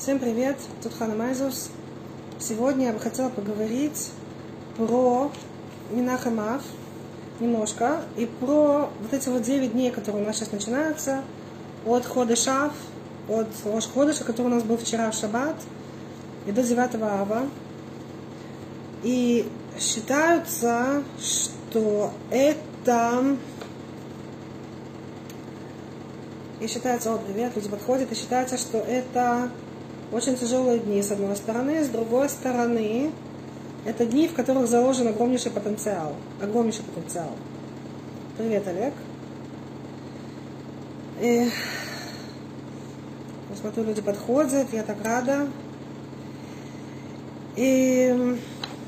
Всем привет, тут Хана Майзус. Сегодня я бы хотела поговорить про Менахем Ав немножко и про вот эти вот 9 дней, которые у нас сейчас начинаются от Ходеш Ав, от Рош Ходеша, который у нас был вчера в Шаббат, и до 9 Ава. И считается, что это... И считается, привет, люди подходят, и считается, что это очень тяжелые дни, с одной стороны, с другой стороны, это дни, в которых заложен огромнейший потенциал. Огромнейший потенциал. Привет, Олег. И... Я смотрю, люди подходят, я так рада. И...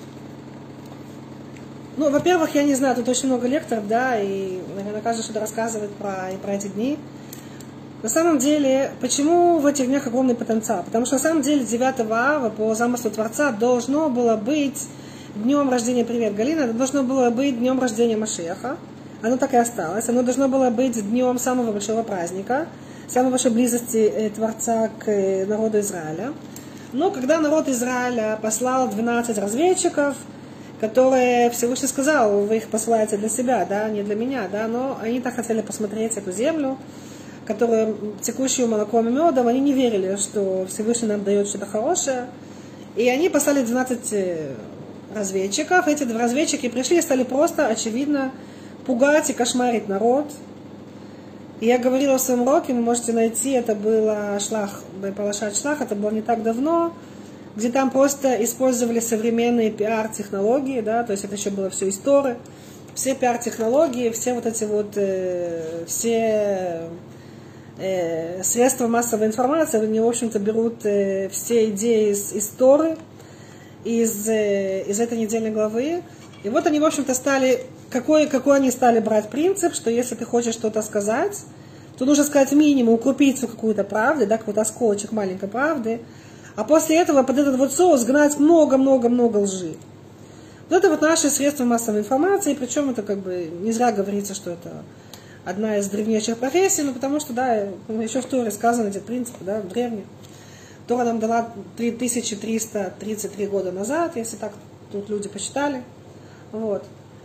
Ну, во-первых, я не знаю, тут очень много лекторов, да, и, наверное, каждый что-то рассказывает про эти дни. На самом деле, почему в этих днях огромный потенциал? Потому что на самом деле 9 ава по замыслу Творца должно было быть днем рождения, привет, Галина, это должно было быть днем рождения Машиаха. Оно так и осталось. Оно должно было быть днем самого большого праздника, самой большой близости Творца к народу Израиля. Но когда народ Израиля послал 12 разведчиков, которые Всевышний сказал, вы их посылаете для себя, да, не для меня, да, но они так хотели посмотреть эту землю, которые текущую молоком и медом, они не верили, что Всевышний нам дает что-то хорошее. И они послали 12 разведчиков. Эти разведчики пришли и стали просто, очевидно, пугать и кошмарить народ. И я говорила в своем уроке, вы можете найти, это было Парашат Шлах, это было не так давно, где там просто использовали современные пиар-технологии, да, то есть это еще было все история, все пиар-технологии, все вот эти вот, все... средства массовой информации, они, в общем-то, берут все идеи из Торы, из этой недельной главы. И вот они, в общем-то, стали, какой они стали брать принцип, что если ты хочешь что-то сказать, то нужно сказать минимум, крупицу какую-то правды, да, какой-то осколочек маленькой правды, а после этого под этот вот соус гнать много-много-много лжи. Вот это вот наши средства массовой информации, причем это как бы не зря говорится, что это одна из древнейших профессий, ну потому что, да, еще в Торе сказано эти принципы, да, древние. Тора нам дала 3333 года назад, если так тут люди посчитали. Вот.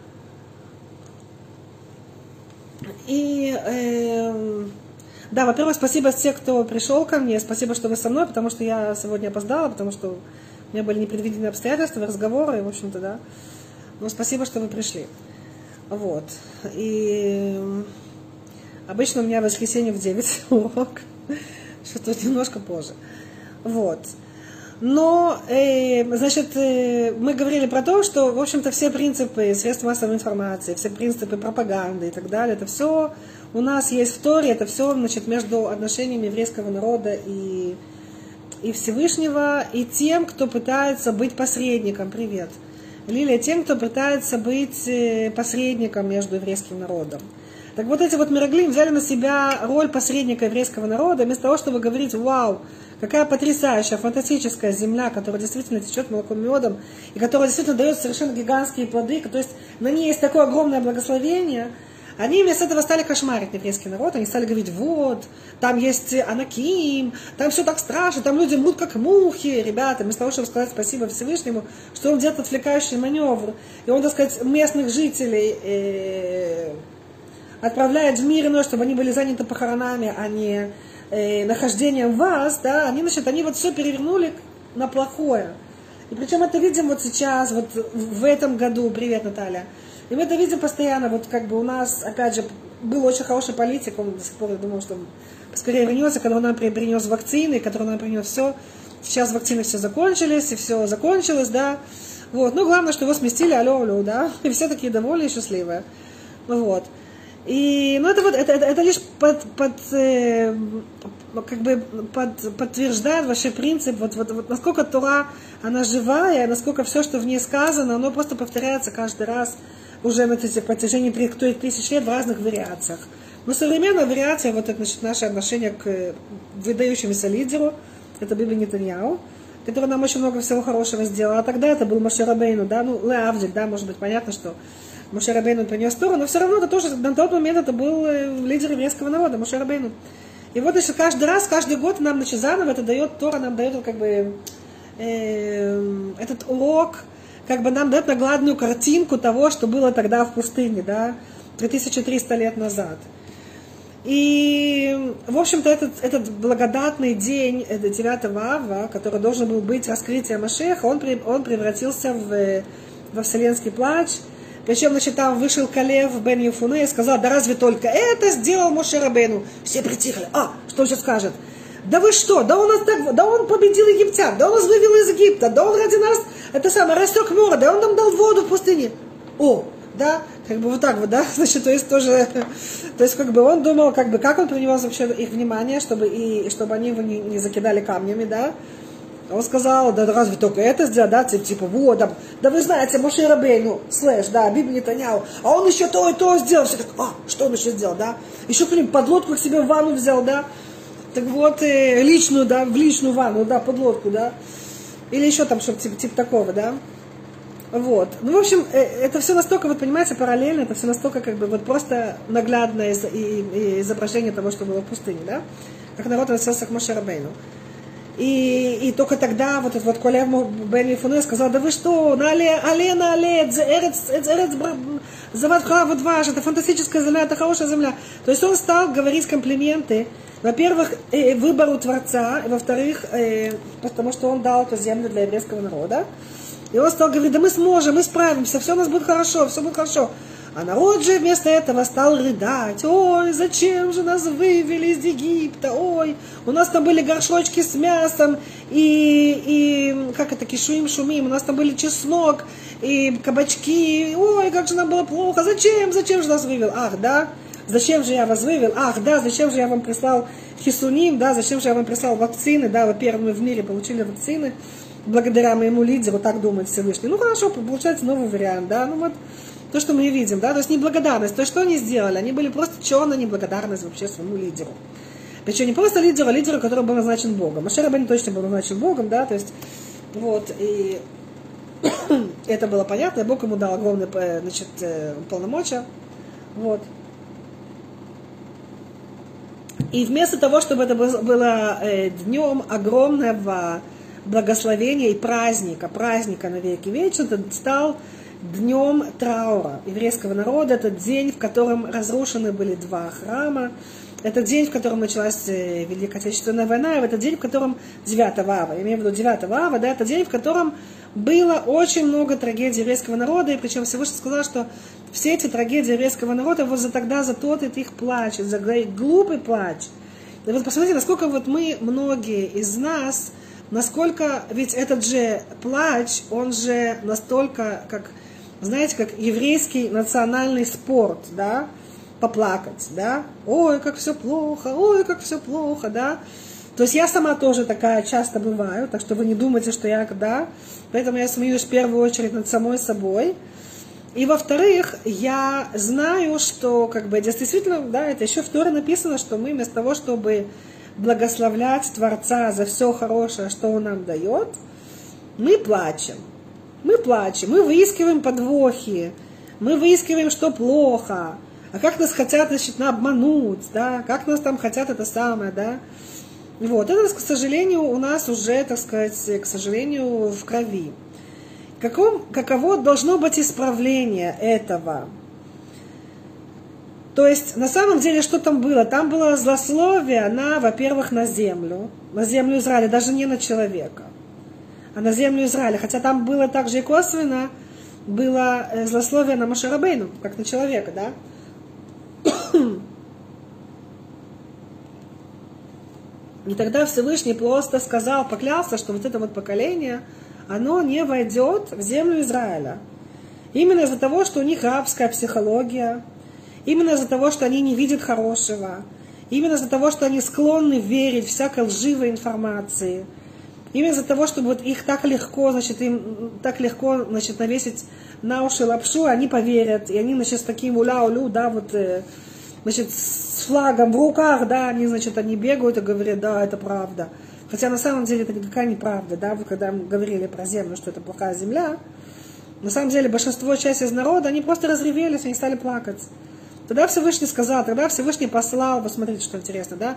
И, да, во-первых, спасибо всем, кто пришел ко мне, спасибо, что вы со мной, потому что я сегодня опоздала, потому что у меня были непредвиденные обстоятельства, разговоры, и, в общем-то, да. Но спасибо, что вы пришли. Вот. И... Обычно у меня в воскресенье в 9 урок, что тут немножко позже. Вот. Но, значит, мы говорили про то, что, в общем-то, все принципы средств массовой информации, все принципы пропаганды и так далее, это все у нас есть в Торе, это все, значит, между отношениями еврейского народа и Всевышнего, и тем, кто пытается быть посредником. Привет. Лилия, тем, кто пытается быть посредником между еврейским народом. Так вот эти вот мироглим взяли на себя роль посредника еврейского народа, вместо того, чтобы говорить, вау, какая потрясающая, фантастическая земля, которая действительно течет молоком и медом, и которая действительно дает совершенно гигантские плоды, то есть на ней есть такое огромное благословение, они вместо этого стали кошмарить еврейский народ, они стали говорить, вот, там есть Анаким, там все так страшно, там люди мрут как мухи, ребята, вместо того, чтобы сказать спасибо Всевышнему, что он делает отвлекающий маневр, и он, так сказать, местных жителей отправляет в мир иной, чтобы они были заняты похоронами, а не нахождением вас, да, они вот все перевернули на плохое. И причем это видим вот сейчас, вот в этом году, привет, Наталья, и мы это видим постоянно, вот как бы у нас, опять же, был очень хороший политик, он до сих пор, я думаю, что он поскорее вернется, когда он нам принес вакцины, который нам принес все, сейчас вакцины все закончились, и все закончилось, да, вот, ну, главное, что его сместили, алло, да, и все такие довольные и счастливые, вот. И, ну, это лишь подтверждает вообще принцип, вот насколько Тора, она живая, насколько все, что в ней сказано, оно просто повторяется каждый раз уже на протяжении 3000 лет в разных вариациях. Но современная вариация, вот это, значит, наше отношение к выдающемуся лидеру, это Биби Нетаньяху, который нам очень много всего хорошего сделал. А тогда это был Моше Рабейну, да, ну, Леавдиль, да, может быть, понятно, что Моше Рабейну принес Тору, но все равно это тоже, на тот момент это был лидер еврейского народа, Моше Рабейну. И вот, значит, каждый раз, каждый год нам, значит, заново это дает, Тора нам дает, как бы, этот урок, как бы нам дает наглядную картинку того, что было тогда в пустыне, да, 3300 лет назад. И, в общем-то, этот благодатный день 9 ава, который должен был быть раскрытием Машеха, он превратился во вселенский плач. Причем, значит, там вышел Калев бен Юфуне и сказал: да разве только это сделал Моше Рабейну? Все притихли. Что он сейчас скажет? Да вы что? Да он победил египтян, да он нас вывел из Египта, да он ради нас, рассек море, да он нам дал воду в пустыне. Да, как бы вот так вот, да, значит, то есть как бы он думал, как бы, как он привез вообще их внимание, чтобы они его не закидали камнями, да. Он сказал: да разве только это сделал, да, типа, вот, да вы знаете, Моше Рабейну, да, Биби Нетаньяу, а он еще то и то сделал, все так, что он еще сделал, да, еще кто-нибудь подлодку к себе в ванну взял, да, так вот, личную, да, в личную ванну, да, подлодку, да, или еще там что-то типа такого, да. Вот. Ну, в общем, это все настолько, вот понимаете, параллельно, это все настолько, как бы, вот просто наглядное изображение того, что было в пустыне, да? Как народ относился к Моше Рабейну. И только тогда вот этот вот Калев бен Юфуне сказал: да вы что, завадха водваш, это фантастическая земля, это хорошая земля. То есть он стал говорить комплименты, во-первых, выбору Творца, и во-вторых, потому что он дал эту землю для еврейского народа. И он стал говорить: да мы сможем, мы справимся, все у нас будет хорошо, все будет хорошо. А народ же вместо этого стал рыдать: ой, зачем же нас вывели из Египта, ой, у нас там были горшочки с мясом, и как это, кишуим шумим, у нас там были чеснок, и кабачки, ой, как же нам было плохо, зачем же нас вывел, ах, да, зачем же я вас вывел, ах, да, зачем же я вам прислал хисуним, да, зачем же я вам прислал вакцины, да, вы первыми в мире получили вакцины, благодаря моему лидеру, так думает Всевышний. Ну хорошо, получается новый вариант, да, ну вот то, что мы видим, да, то есть неблагодарность, то есть что они сделали, они были просто черная неблагодарность вообще своему лидеру. Причем не просто лидеру, а лидеру, который был назначен Богом. Моше Рабейну точно был назначен Богом, да, то есть вот, и это было понятно, и Бог ему дал огромные, значит, полномочия, вот. И вместо того, чтобы это было днем огромного благословения и праздника на веки вечные, это стал днем траура еврейского народа. Это день, в котором разрушены были 2 храма. Это день, в котором началась Великая Отечественная война. И это день, в котором 9 ава, я имею в виду 9 ава, да, это день, в котором было очень много трагедий еврейского народа. И причем Всевышний сказал, что все эти трагедии еврейского народа вот за тот их плач, за глупый плач. И вот посмотрите, насколько вот мы, многие из нас, насколько, ведь этот же плач, он же настолько, как, знаете, как еврейский национальный спорт, да, поплакать, да, ой, как все плохо, да. То есть я сама тоже такая часто бываю, так что вы не думайте, что я, да, поэтому я смеюсь в первую очередь над самой собой. И во-вторых, я знаю, что, как бы, действительно, да, это еще в Торе написано, что мы вместо того, чтобы благословлять Творца за все хорошее, что Он нам дает, мы плачем. Мы выискиваем подвохи, мы выискиваем, что плохо, а как нас хотят, значит, обмануть, да, как нас там хотят это самое, да. Вот, это, к сожалению, у нас уже, так сказать, к сожалению, в крови. Каково должно быть исправление этого? То есть, на самом деле, что там было? Там было злословие во-первых, на землю Израиля, даже не на человека, а на землю Израиля. Хотя там было также и косвенно, было злословие на Моше Рабейну, как на человека, да? И тогда Всевышний просто сказал, поклялся, что вот это вот поколение, оно не войдет в землю Израиля. Именно из-за того, что у них рабская психология, именно из-за того, что они не видят хорошего, именно из-за того, что они склонны верить всякой лживой информации, именно из-за того, что вот их так легко, значит, навесить на уши лапшу, они поверят, и они, значит, с таким уля-улю, да, вот, значит, с флагом в руках, да, они бегают и говорят, да, это правда. Хотя на самом деле это никакая не правда, да, вот когда мы говорили про землю, что это плохая земля, на самом деле большинство, часть из народа, они просто разревелись, они стали плакать. Тогда Всевышний сказал, тогда Всевышний послал, вот смотрите, что интересно, да,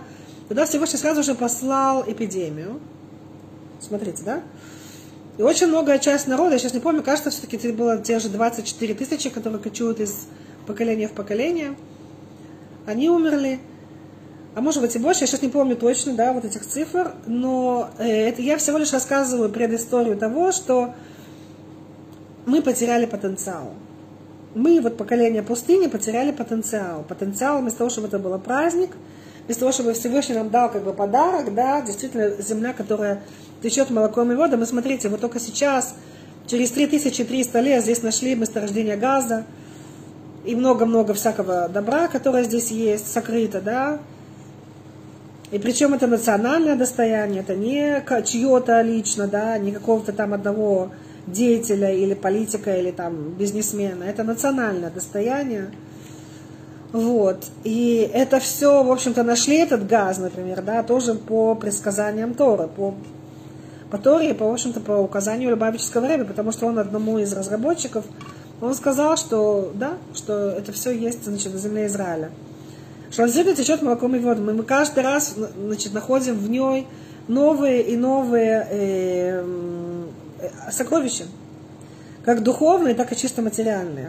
Тогда Всевышний сразу же послал эпидемию. Смотрите, да? И очень многая часть народа, я сейчас не помню, кажется, все-таки это было те же 24 тысячи, которые кочуют из поколения в поколение. Они умерли. А может быть и больше, я сейчас не помню точно, да, вот этих цифр. Но это я всего лишь рассказываю предысторию того, что мы потеряли потенциал. Мы, вот поколение пустыни, потеряли потенциал. Потенциал вместо того, чтобы это был праздник, вместо того, чтобы Всевышний нам дал как бы подарок, да, действительно земля, которая течет молоком и водой. Мы смотрите, вот только сейчас, через 3300 лет здесь нашли месторождение газа и много-много всякого добра, которое здесь есть, сокрыто, да. И причем это национальное достояние, это не чье-то лично, да, не какого-то там одного деятеля или политика или там бизнесмена. Это национальное достояние. Вот. И это все, в общем-то, нашли этот газ, например, да, тоже по предсказаниям Торы, по Торе, в общем-то, по указанию Любавического Ребе, потому что он одному из разработчиков, он сказал, что, да, что это все есть, значит, на земле Израиля. Что он действительно течет молоком и водой. Мы каждый раз, значит, находим в ней новые и новые сокровища, как духовные, так и чисто материальные.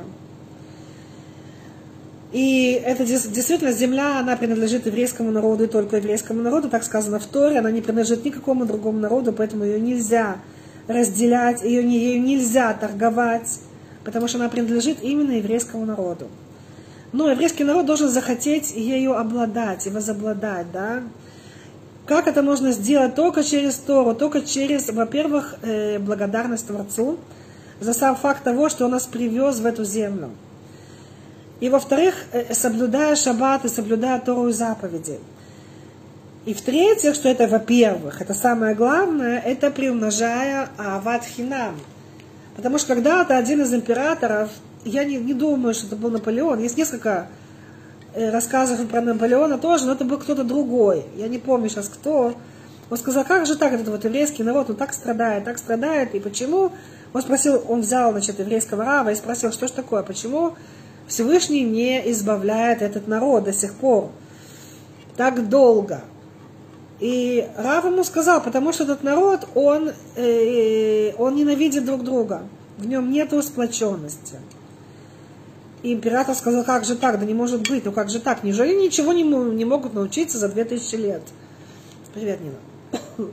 И это действительно земля, она принадлежит еврейскому народу и только еврейскому народу, так сказано в Торе, она не принадлежит никакому другому народу, поэтому ее нельзя разделять, ее нельзя торговать, потому что она принадлежит именно еврейскому народу. Но еврейский народ должен захотеть ею обладать и возобладать, да. Как это можно сделать? Только через Тору, только через, во-первых, благодарность Творцу за сам факт того, что Он нас привез в эту землю. И, во-вторых, соблюдая шаббат и соблюдая Тору и заповеди. И, в-третьих, что это, во-первых, это самое главное, это приумножая ават хинам. Потому что когда-то один из императоров, я не думаю, что это был Наполеон, есть несколько рассказов про Наполеона тоже, но это был кто-то другой. Я не помню сейчас кто. Он сказал, как же так, этот вот еврейский народ, он так страдает, и почему? Он спросил, он взял, значит, еврейского раба и спросил, что ж такое, почему Всевышний не избавляет этот народ до сих пор так долго. И рав ему сказал, потому что этот народ, он ненавидит друг друга, в нем нет сплоченности. И император сказал, как же так, да не может быть, ну как же так, неужели ничего не могут научиться за 2000 лет? Привет, Нина.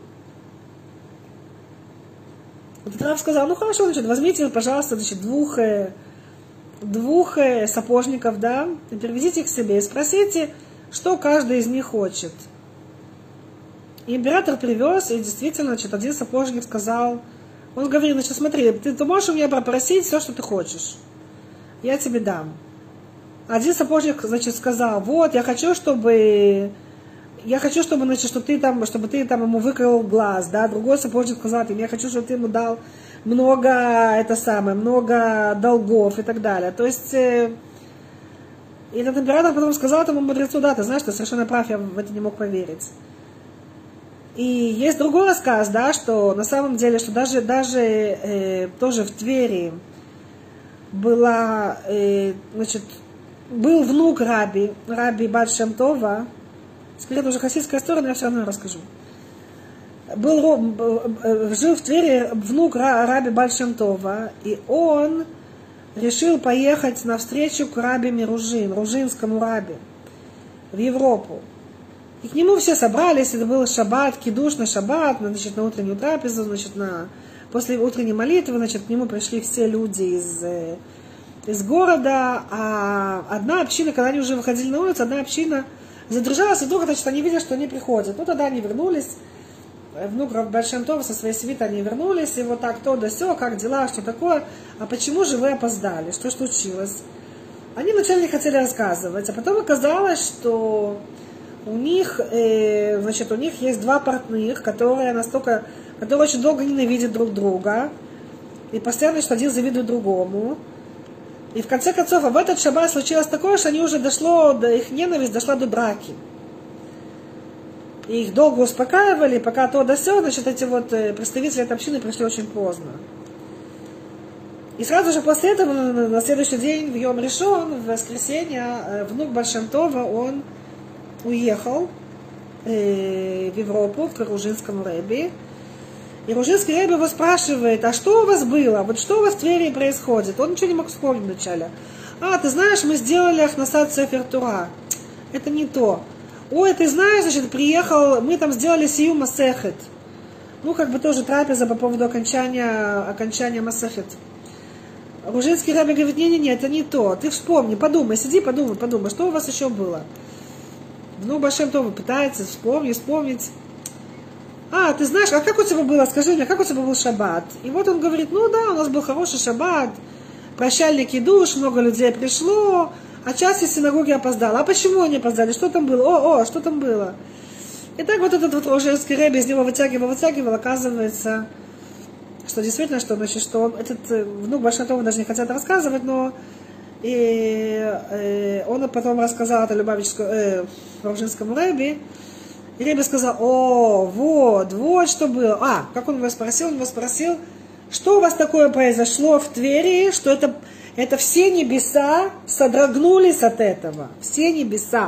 Этот рав сказал, ну хорошо, значит, возьмите, пожалуйста, значит, двух сапожников, да, и привезите их к себе и спросите, что каждый из них хочет. И император привез, и действительно, значит, один сапожник сказал, он говорит, значит, смотри, ты можешь у меня попросить все, что ты хочешь. Я тебе дам. Один сапожник, значит, сказал, вот, я хочу, чтобы, значит, чтобы ты там ему выколол глаз, да. Другой сапожник сказал, я хочу, чтобы ты ему дал много долгов и так далее. То есть, и этот император потом сказал этому мудрецу, да, ты знаешь, ты совершенно прав, я в это не мог поверить. И есть другой рассказ, да, что на самом деле, что даже тоже в Твери значит, был внук раби Бааль Шем Това, скорее это уже хасидская история, но я все равно расскажу. Жил в Твери внук раби Бааль Шем Това, и он решил поехать навстречу к раби Миружин, ружинскому раби, в Европу. И к нему все собрались, это был шаббат, кидуш на шаббат, значит, на утреннюю трапезу, значит, после утренней молитвы, значит, к нему пришли все люди из города, а одна община, когда они уже выходили на улицу, одна община задержалась, и вдруг, значит, они видят, что они приходят. Ну, тогда они вернулись, внук Бааль Шем Това со своей свитой они вернулись, и вот так, то да сё, как дела, что такое, а почему же вы опоздали, что случилось? Они вначале не хотели рассказывать, а потом оказалось, что у них есть два портных, которые очень долго ненавидят друг друга, и постоянно, что один завидует другому. И в конце концов, в этот шаббат случилось такое, что их ненависть дошла до драки. И их долго успокаивали, пока то да сё, значит, эти вот представители этой общины пришли очень поздно. И сразу же после этого, на следующий день, в Йом Ришон, в воскресенье, внук Бааль Шем Това, он уехал в Европу, к Ружинскому рэби. И Ружинский рэби его спрашивает, а что у вас было? Вот что у вас в Твери происходит? Он ничего не мог вспомнить вначале. А, ты знаешь, мы сделали Ахнасат Сефер Тура. Это не то. Ой, ты знаешь, значит, приехал, мы там сделали Сию Масехет. Ну, как бы тоже трапеза по поводу окончания Масехет. Ружинский рэби говорит, не-не-не, это не то. Ты вспомни, подумай, сиди, подумай, что у вас еще было? Ну, Башем Тову пытается вспомнить. А, ты знаешь, а как у тебя было, скажи мне, как у тебя был шаббат? И вот он говорит, ну да, у нас был хороший шаббат, прощальный кидуш, много людей пришло, а часть из синагоги опоздала. А почему они опоздали? Что там было? Что там было? И так вот этот вот Ружинский рэби из него вытягивал, оказывается, что действительно, что он, этот внук Башем Тову даже не хотят рассказывать, но он потом рассказал это Любавическому Ружинскому рэби. И рэби сказал, вот что было. А, как он его спросил? Он его спросил, что у вас такое произошло в Твери, что это все небеса содрогнулись от этого. Все небеса.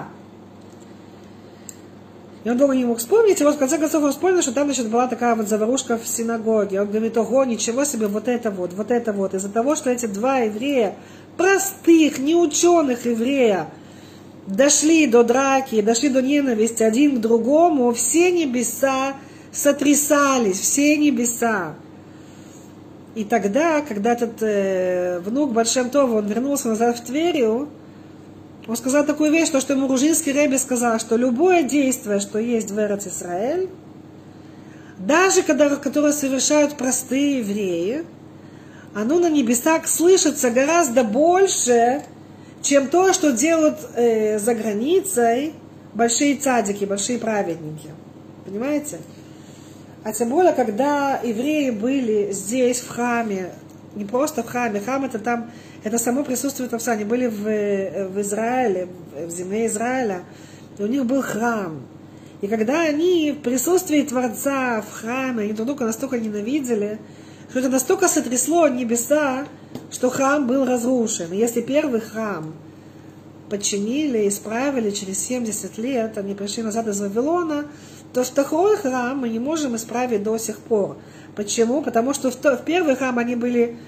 И он долго не мог вспомнить, и вот в конце концов он вспомнил, что там, значит, была такая вот заварушка в синагоге. Он говорит, ого, ничего себе, вот это вот. Из-за того, что эти два еврея, простых, неученых еврея, дошли до драки, дошли до ненависти один к другому, все небеса сотрясались, все небеса. И тогда, когда этот внук Башем Това, он вернулся назад в Тверию, он сказал такую вещь, что ему Ружинский рэби сказал, что любое действие, что есть в Эрец Исраэль, даже которое совершают простые евреи, оно на небесах слышится гораздо больше, чем то, что делают за границей большие цадики, большие праведники. Понимаете? А тем более, когда евреи были здесь, в храме, не просто в храме, храм это там, это само присутствие Творца, они были в Израиле, в земле Израиля, и у них был храм. И когда они в присутствии Творца в храме, они друг друга настолько ненавидели, что это настолько сотрясло небеса, что храм был разрушен. И если первый храм подчинили, исправили через 70 лет, они пришли назад из Вавилона, то второй храм мы не можем исправить до сих пор. Почему? Потому что в первый храм они были,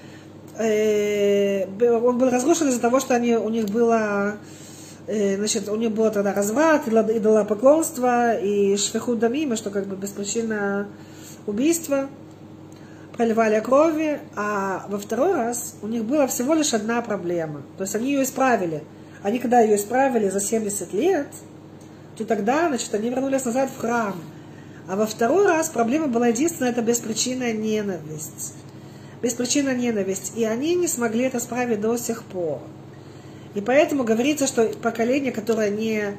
он был разрушен из-за того, что у них было тогда разврат, идолопоклонство и швихут дамим, что как бы беспричинное убийство, проливали крови, а во второй раз у них была всего лишь одна проблема. То есть они ее исправили. Они когда ее исправили за 70 лет, то тогда, значит, они вернулись назад в храм. А во второй раз проблема была единственная, это беспричинная ненависть. Беспричинная ненависть. И они не смогли это исправить до сих пор. И поэтому говорится, что поколение, которое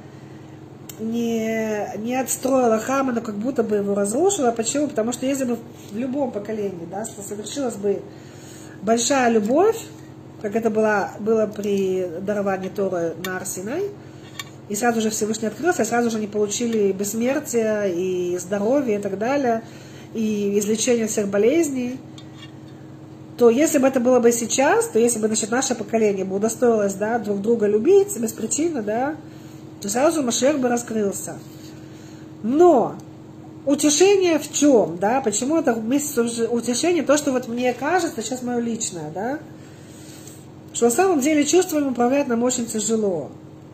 не отстроило храм, оно как будто бы его разрушило. Почему? Потому что если бы в любом поколении, да, совершилась бы большая любовь, как это было при даровании Торы на Ар-Синай, и сразу же Всевышний открылся, и сразу же они получили бессмертие, и здоровье, и так далее, и излечение всех болезней, то если бы это было бы сейчас, то если бы, значит, наше поколение бы удостоилось, да, друг друга любить без причины, да, то сразу Машиах бы раскрылся. Но утешение в чем, да, почему это вместе с утешением, то, что вот мне кажется, сейчас мое личное, да, что на самом деле чувствами управлять нам очень тяжело.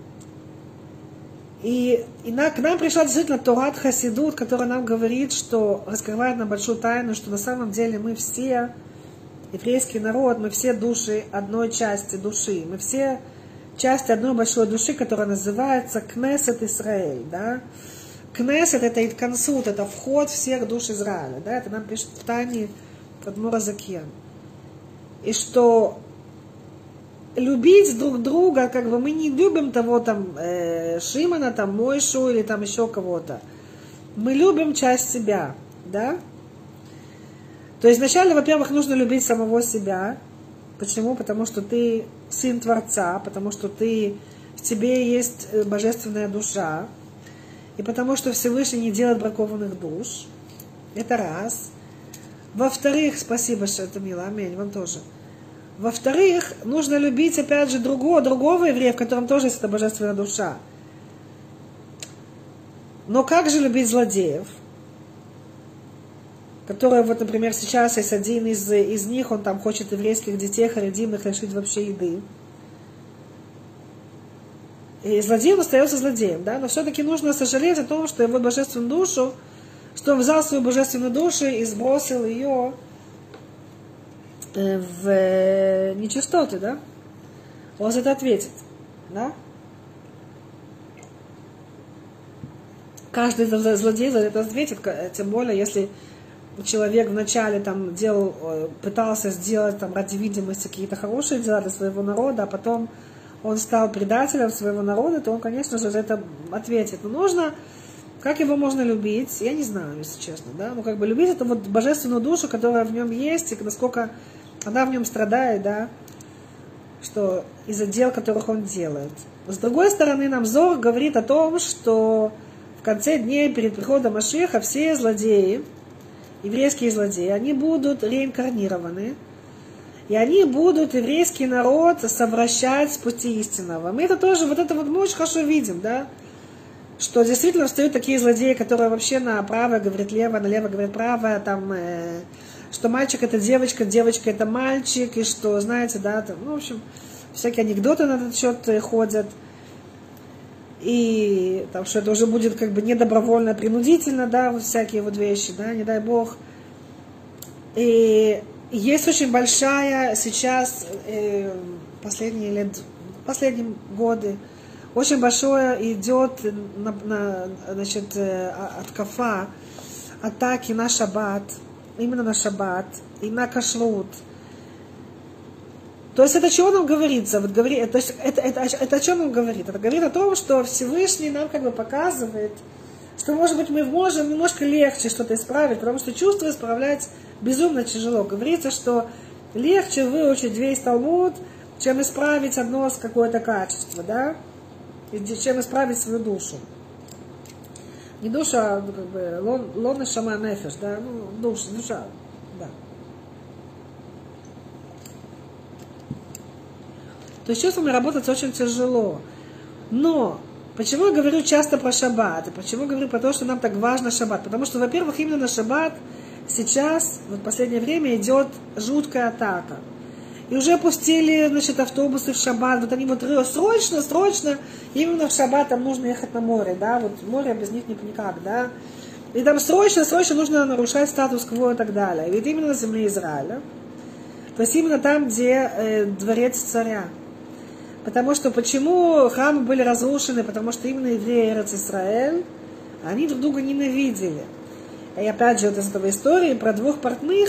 И к нам пришла действительно Торат Хасидут, которая нам говорит, что раскрывает нам большую тайну, что на самом деле мы все, еврейский народ, мы все души одной части души. Мы все части одной большой души, которая называется Кнесет Исраэль. Да? Кнесет это Иткансут, это вход всех душ Израиля. Да? Это нам пишет в Тане Адмор Азакьян. И что любить друг друга, как бы мы не любим того там Шимона, там Мойшу или там еще кого-то. Мы любим часть себя, да? То есть вначале, во-первых, нужно любить самого себя. Почему? Потому что ты сын Творца, потому что в тебе есть божественная душа, и потому что Всевышний не делает бракованных душ. Это раз. Во-вторых, спасибо, что это мило, аминь, вам тоже. Во-вторых, нужно любить, опять же, другого еврея, в котором тоже есть эта божественная душа. Но как же любить злодеев? Которые, вот, например, сейчас есть один из них, он там хочет еврейских детей, харидим, их лишить вообще еды. И злодей он остается злодеем, да, но все-таки нужно сожалеть о том, что его божественную душу, что он взял свою божественную душу и сбросил ее в нечистоты, да. Он за это ответит, да. Каждый злодей за это ответит, тем более, если человек вначале там пытался сделать там ради видимости какие-то хорошие дела для своего народа, а потом он стал предателем своего народа, то он, конечно же, за это ответит. Но нужно, как его можно любить, я не знаю, если честно, да, ну как бы любить эту вот божественную душу, которая в нем есть, и насколько она в нем страдает, да, что из-за дел, которых он делает. С другой стороны, нам Зор говорит о том, что в конце дней перед приходом Машиаха все злодеи, еврейские злодеи, они будут реинкарнированы, и они будут еврейский народ совращать с пути истинного. Мы это тоже, вот это вот мы очень хорошо видим, да, что действительно встают такие злодеи, которые вообще направо говорят лево, налево говорят право, там, что мальчик это девочка это мальчик, и что, знаете, да, там, ну, в общем, всякие анекдоты на этот счет ходят, и там, что это уже будет как бы недобровольно, принудительно, да, вот всякие вот вещи, да, не дай бог. И есть очень большая сейчас, последние годы, очень большое идет значит, откафа, атаки на шаббат, именно на шаббат, и на кашрут. То есть это чего нам говорится? Вот то есть это о чем нам говорит? Это говорит о том, что Всевышний нам как бы показывает, что, может быть, мы можем немножко легче что-то исправить, потому что чувство исправлять безумно тяжело. Говорится, что легче выучить весь Талмуд, чем исправить одно какое-то качество, да? И чем исправить свою душу. Не душа, а как бы лона шама нефеш, да? Ну, душа, да. То есть чувствами работать очень тяжело. Но почему я говорю часто про шаббат? И почему говорю про то, что нам так важно шаббат? Потому что, во-первых, именно на шаббат сейчас, вот в последнее время, идет жуткая атака. И уже пустили, значит, автобусы в шаббат. Вот они вот срочно, именно в шаббат там нужно ехать на море, да, вот море без них никак, да. И там срочно нужно нарушать статус-кво и так далее. Ведь именно на земле Израиля. То есть именно там, где дворец царя. Потому что почему храмы были разрушены? Потому что именно евреи Эрец-Исраэль, они друг друга ненавидели. И опять же, вот из этого истории про двух портных,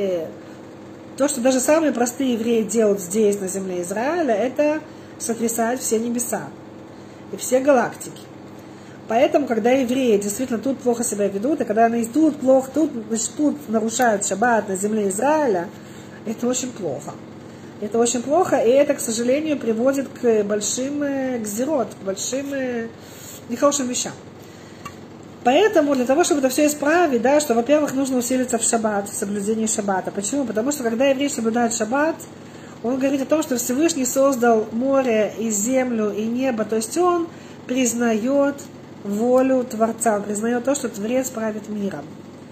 то, что даже самые простые евреи делают здесь, на земле Израиля, это сотрясать все небеса и все галактики. Поэтому, когда евреи действительно тут плохо себя ведут, и когда они тут плохо, значит, тут нарушают шаббат на земле Израиля, это очень плохо. Это очень плохо, и это, к сожалению, приводит к большим гзирот, к большим нехорошим вещам. Поэтому для того, чтобы это все исправить, да, что, во-первых, нужно усилиться в шаббат, в соблюдении шаббата. Почему? Потому что, когда еврей соблюдает шаббат, он говорит о том, что Всевышний создал море и землю и небо, то есть он признает волю Творца, он признает то, что Творец правит миром.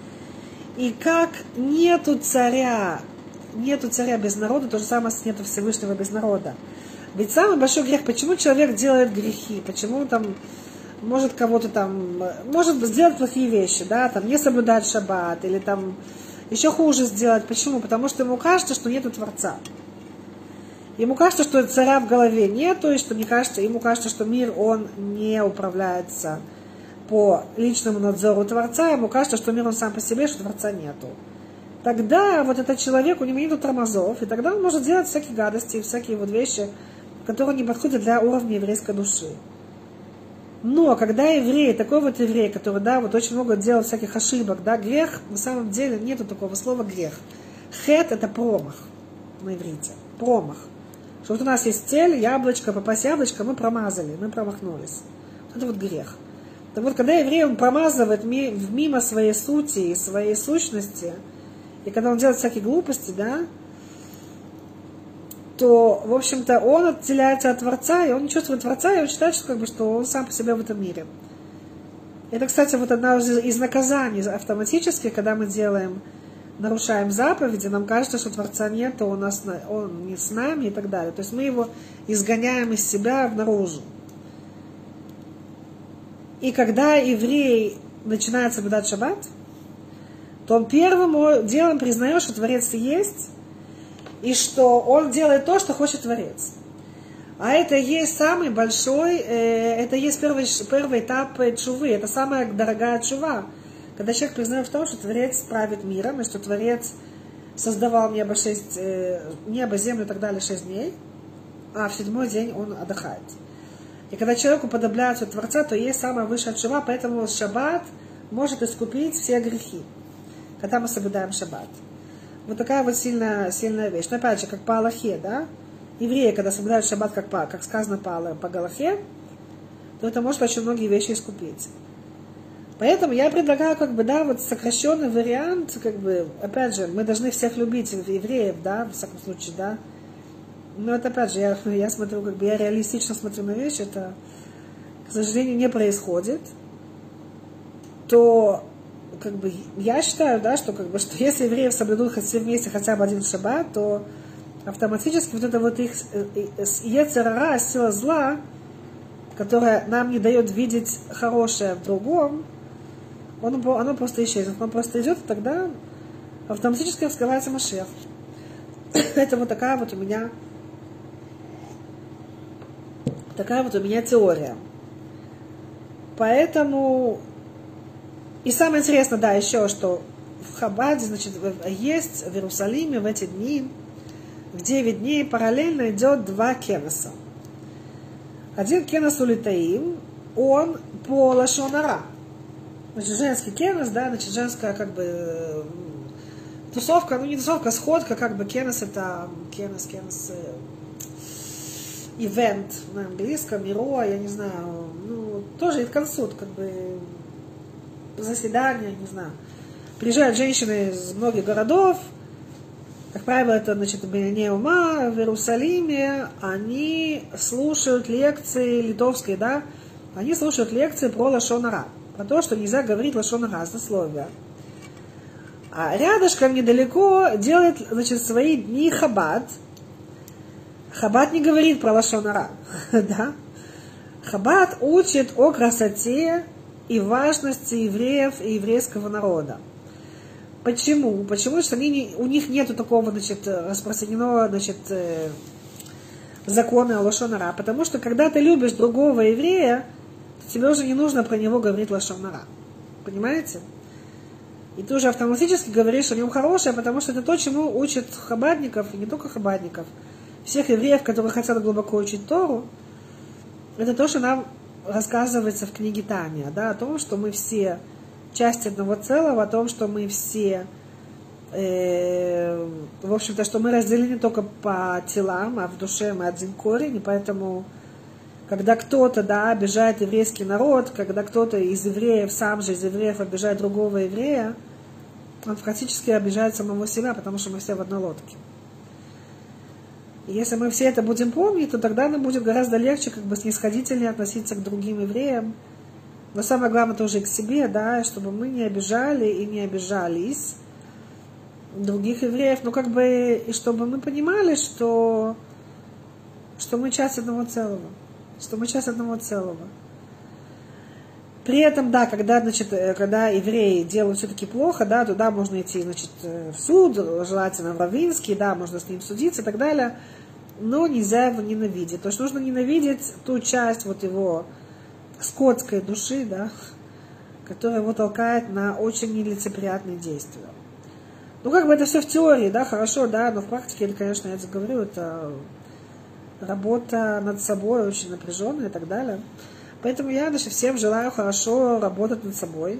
И как нету царя без народа, то же самое нету Всевышнего без народа. Ведь самый большой грех, почему человек делает грехи, почему там может кого-то там, может сделать плохие вещи, да, там не соблюдать шаббат, или там еще хуже сделать. Почему? Потому что ему кажется, что нету Творца. Ему кажется, что царя в голове нету, и что ему кажется, что мир, он не управляется по личному надзору Творца, ему кажется, что мир он сам по себе, что Творца нету. Тогда вот этот человек, у него нету тормозов, и тогда он может делать всякие гадости, всякие вот вещи, которые не подходят для уровня еврейской души. Но когда еврей, такой вот еврей, который, да, вот очень много делал всяких ошибок, да, грех, на самом деле нету такого слова грех. Хет — это промах на иврите, промах. Что вот у нас есть цель, яблочко, попасть яблочко, мы промазали, мы промахнулись. Это вот грех. Так вот, когда еврей, он промазывает мимо своей сути и своей сущности, и когда он делает всякие глупости, да, то, в общем-то, он отделяется от Творца, и он не чувствует Творца, и он считает, что, как бы, что он сам по себе в этом мире. Это, кстати, вот одна из наказаний автоматически, когда мы нарушаем заповеди, нам кажется, что Творца нет, он не с нами и так далее. То есть мы его изгоняем из себя наружу. И когда еврей начинает соблюдать шаббат, то он первым делом признает, что Творец есть, и что он делает то, что хочет Творец. А это есть самый большой, это есть первый этап тшувы, это самая дорогая тшува. Когда человек признает в том, что Творец правит миром, и что Творец создавал небо, землю и так далее 6 дней, а в 7-й день он отдыхает. И когда человек уподобляется Творца, то есть самая высшая тшува, поэтому шаббат может искупить все грехи, когда мы соблюдаем шаббат. Вот такая вот сильная вещь. Но опять же, как по Аллахе, да? Евреи, когда соблюдают шаббат, как сказано по Галахе, то это может очень многие вещи искупить. Поэтому я предлагаю, вот сокращенный вариант, опять же, мы должны всех любить, евреев, да, в всяком случае, да. Но это, опять же, я смотрю, я реалистично смотрю на вещи, это, к сожалению, не происходит. То, я считаю, да, что если евреев соблюдут все вместе хотя бы один шаббат, то автоматически вот это вот их йецер ара, сила зла, которая нам не дает видеть хорошее в другом, оно просто исчезнет. Оно просто идет, и тогда автоматически раскрывается Машиах. Это вот такая вот у меня теория. Поэтому и самое интересное, да, еще, что в Хабаде, значит, есть в Иерусалиме в эти дни, в 9 дней параллельно идет 2 кенеса. Один кенес улитаим, он по лашон ара. Значит, женский кенес, да, значит, женская тусовка, не тусовка, сходка, кенес это кенес, ивент на английском, миро, я не знаю, тоже итконсут, заседание, не знаю. Приезжают женщины из многих городов, как правило, это, значит, Бней Ума в Иерусалиме, они слушают лекции литовские, да, они слушают лекции про лашон ара, про то, что нельзя говорить лашон ара, злословие. А рядышком недалеко делает, значит, свои дни Хабад. Хабад не говорит про лашон ара, да. Хабад учит о красоте и важности евреев и еврейского народа. Почему? Потому что у них нету такого, значит, распространенного, значит, закона лашон ара. Потому что когда ты любишь другого еврея, то тебе уже не нужно про него говорить лашон ара. Понимаете? И ты уже автоматически говоришь о нем хорошее, потому что это то, чему учат хабадников, и не только хабадников, всех евреев, которые хотят глубоко учить Тору. Это то, что нам рассказывается в книге Таня, да, о том, что мы все часть одного целого, о том, что мы все, в общем-то, что мы разделены только по телам, а в душе мы один корень, и поэтому, когда кто-то, да, обижает еврейский народ, когда кто-то из евреев, сам же из евреев обижает другого еврея, он фактически обижает самого себя, потому что мы все в одной лодке. И если мы все это будем помнить, то тогда нам будет гораздо легче, снисходительнее относиться к другим евреям. Но самое главное тоже и к себе, да, чтобы мы не обижали и не обижались других евреев, и чтобы мы понимали, что мы часть одного целого, При этом, да, когда евреи делают все-таки плохо, да, туда можно идти, значит, в суд, желательно в раввинский, да, можно с ним судиться и так далее, но нельзя его ненавидеть. То есть нужно ненавидеть ту часть вот его скотской души, да, которая его толкает на очень нелицеприятные действия. Это все в теории, да, хорошо, да, но в практике, это, конечно, я говорю, это работа над собой очень напряженная и так далее. Поэтому я, значит, всем желаю хорошо работать над собой.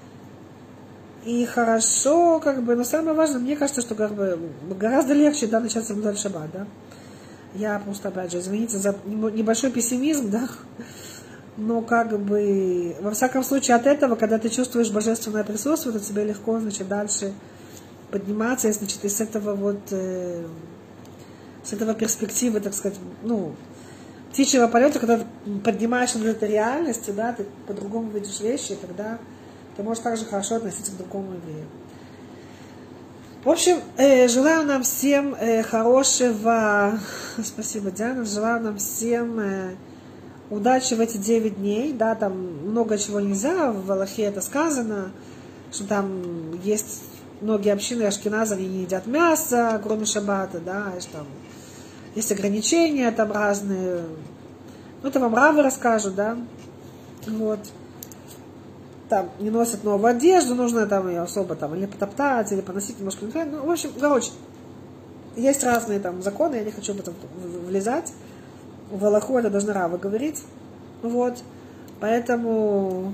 И хорошо, но самое важное, мне кажется, что гораздо легче, да, начать соблюдать шаббат, да. Я просто, опять же, извините за небольшой пессимизм, да. Но во всяком случае от этого, когда ты чувствуешь божественное присутствие, то тебе легко, значит, дальше подниматься, и, значит, из этого перспективы, так сказать, птичьего полета, когда ты поднимаешь над этой реальностью, да, ты по-другому видишь вещи, и тогда ты можешь также хорошо относиться к другому еврею. В общем, желаю нам всем хорошего, спасибо, Диана, желаю нам всем удачи в эти 9 дней, да, там много чего нельзя, в Аллахе это сказано, что там есть многие общины ашкеназа, они не едят мясо, кроме шаббата, да, и что там есть ограничения там разные. Ну, это вам равы расскажут, да. Вот. Там не носят новую одежду, нужно там ее особо там или потоптать, или поносить немножко. Ну, в общем, короче, есть разные там законы, я не хочу в это влезать. В Аллаху это должны равы говорить. Вот. Поэтому...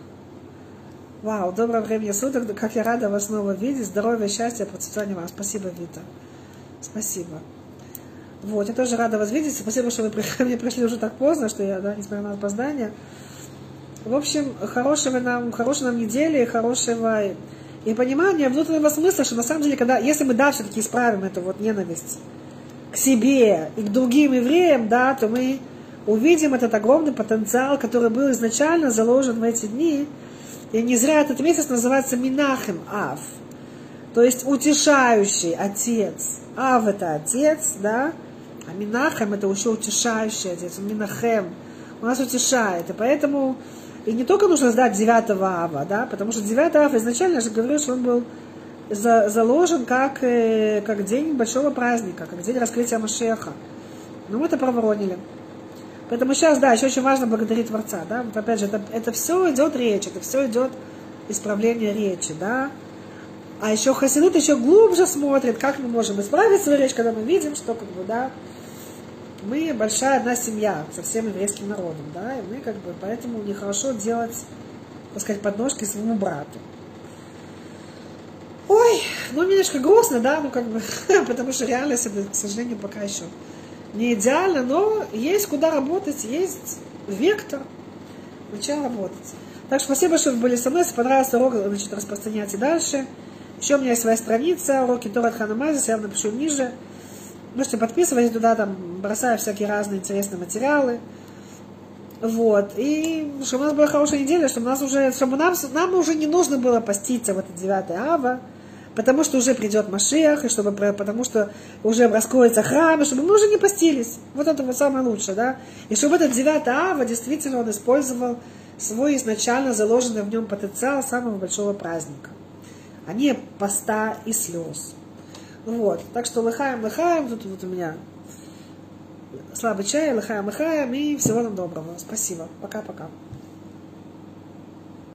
Вау, доброго времени суток, как я рада вас снова видеть. Здоровья, счастья, процветания вам. Спасибо, Вита. Спасибо. Вот, я тоже рада вас видеть. Спасибо, что вы ко мне пришли уже так поздно, что я, да, несмотря на опоздание. В общем, хорошей нам недели, хорошего и понимания внутреннего смысла, что на самом деле, когда, если мы, да, все-таки исправим эту вот ненависть к себе и к другим евреям, да, то мы увидим этот огромный потенциал, который был изначально заложен в эти дни. И не зря этот месяц называется Минахем Ав, то есть утешающий отец. Ав это отец, да, а Минахем это еще утешающий отец, Минахем, у нас утешает. И поэтому, и не только нужно сдать 9 Ава, да, потому что 9 Ав изначально, я же говорю, что он был заложен как день большого праздника, как день раскрытия Машеха. Но мы это проворонили. Поэтому сейчас, да, еще очень важно благодарить Творца, да, вот опять же, это все идет речь, это все идет исправление речи, да. А еще хасидут еще глубже смотрит, как мы можем исправить свою речь, когда мы видим, что, как бы, да, мы большая одна семья со всем еврейским народом, да, и мы, как бы, поэтому нехорошо делать, так сказать, подножки своему брату. Ой, ну, немножко грустно, да, ну, как бы, потому что реальность, это, к сожалению, пока еще не идеально, но есть куда работать, есть вектор, начать работать. Так что спасибо, что вы были со мной. Если понравился урок, значит, распространяйте дальше. Еще у меня есть своя страница, уроки Тора от Хана Мазис, я напишу ниже. Можете подписываться туда, там бросаю всякие разные интересные материалы. Вот. И чтобы у нас была хорошая неделя, чтобы нам уже не нужно было поститься в это 9 Ава, потому что уже придет Машиах, и потому что уже раскроется храм, и чтобы мы уже не постились. Вот это вот самое лучшее, да. И чтобы этот 9 Ава действительно он использовал свой изначально заложенный в нем потенциал самого большого праздника, а не поста и слез. Вот. Так что лыхаем, тут вот у меня слабый чай, лыхаем, и всего нам доброго. Спасибо. Пока-пока.